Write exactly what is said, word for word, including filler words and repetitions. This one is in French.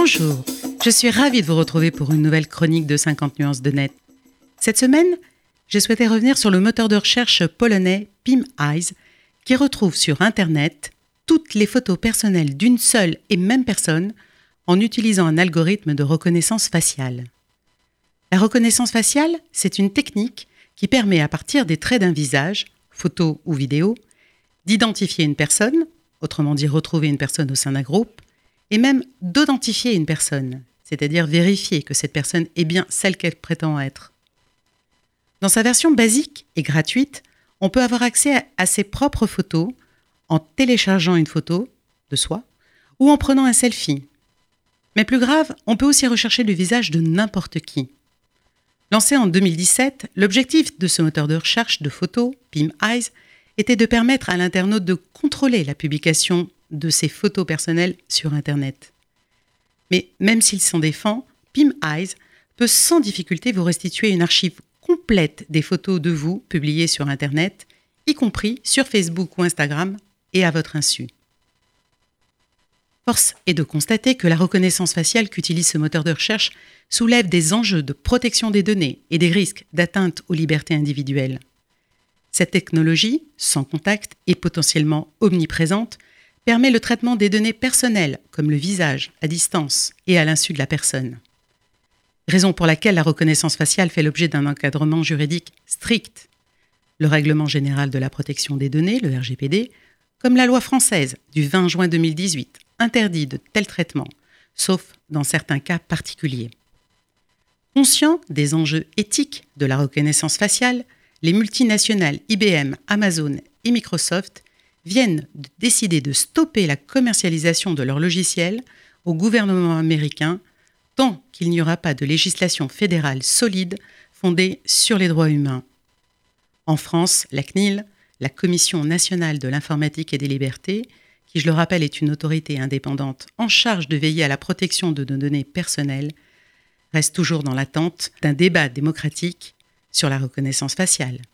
Bonjour, je suis ravie de vous retrouver pour une nouvelle chronique de cinquante nuances de net. Cette semaine, j'ai souhaité revenir sur le moteur de recherche polonais PimEyes qui retrouve sur Internet toutes les photos personnelles d'une seule et même personne en utilisant un algorithme de reconnaissance faciale. La reconnaissance faciale, c'est une technique qui permet à partir des traits d'un visage, photo ou vidéo, d'identifier une personne, autrement dit retrouver une personne au sein d'un groupe, et même d'authentifier une personne, c'est-à-dire vérifier que cette personne est bien celle qu'elle prétend être. Dans sa version basique et gratuite, on peut avoir accès à, à ses propres photos en téléchargeant une photo de soi ou en prenant un selfie. Mais plus grave, on peut aussi rechercher le visage de n'importe qui. Lancé en deux mille dix-sept, l'objectif de ce moteur de recherche de photos, PimEyes, était de permettre à l'internaute de contrôler la publication de ses photos personnelles sur Internet. Mais même s'il s'en défend, PimEyes peut sans difficulté vous restituer une archive complète des photos de vous publiées sur Internet, y compris sur Facebook ou Instagram, et à votre insu. Force est de constater que la reconnaissance faciale qu'utilise ce moteur de recherche soulève des enjeux de protection des données et des risques d'atteinte aux libertés individuelles. Cette technologie, sans contact et potentiellement omniprésente, permet le traitement des données personnelles, comme le visage, à distance et à l'insu de la personne. Raison pour laquelle la reconnaissance faciale fait l'objet d'un encadrement juridique strict. Le Règlement général de la protection des données, le R G P D, comme la loi française du vingt juin deux mille dix-huit, interdit de tels traitements, sauf dans certains cas particuliers. Conscients des enjeux éthiques de la reconnaissance faciale, les multinationales I B M, Amazon et Microsoft viennent de décider de stopper la commercialisation de leurs logiciels au gouvernement américain tant qu'il n'y aura pas de législation fédérale solide fondée sur les droits humains. En France, la C N I L, la Commission nationale de l'informatique et des libertés, qui je le rappelle est une autorité indépendante en charge de veiller à la protection de nos données personnelles, reste toujours dans l'attente d'un débat démocratique sur la reconnaissance faciale.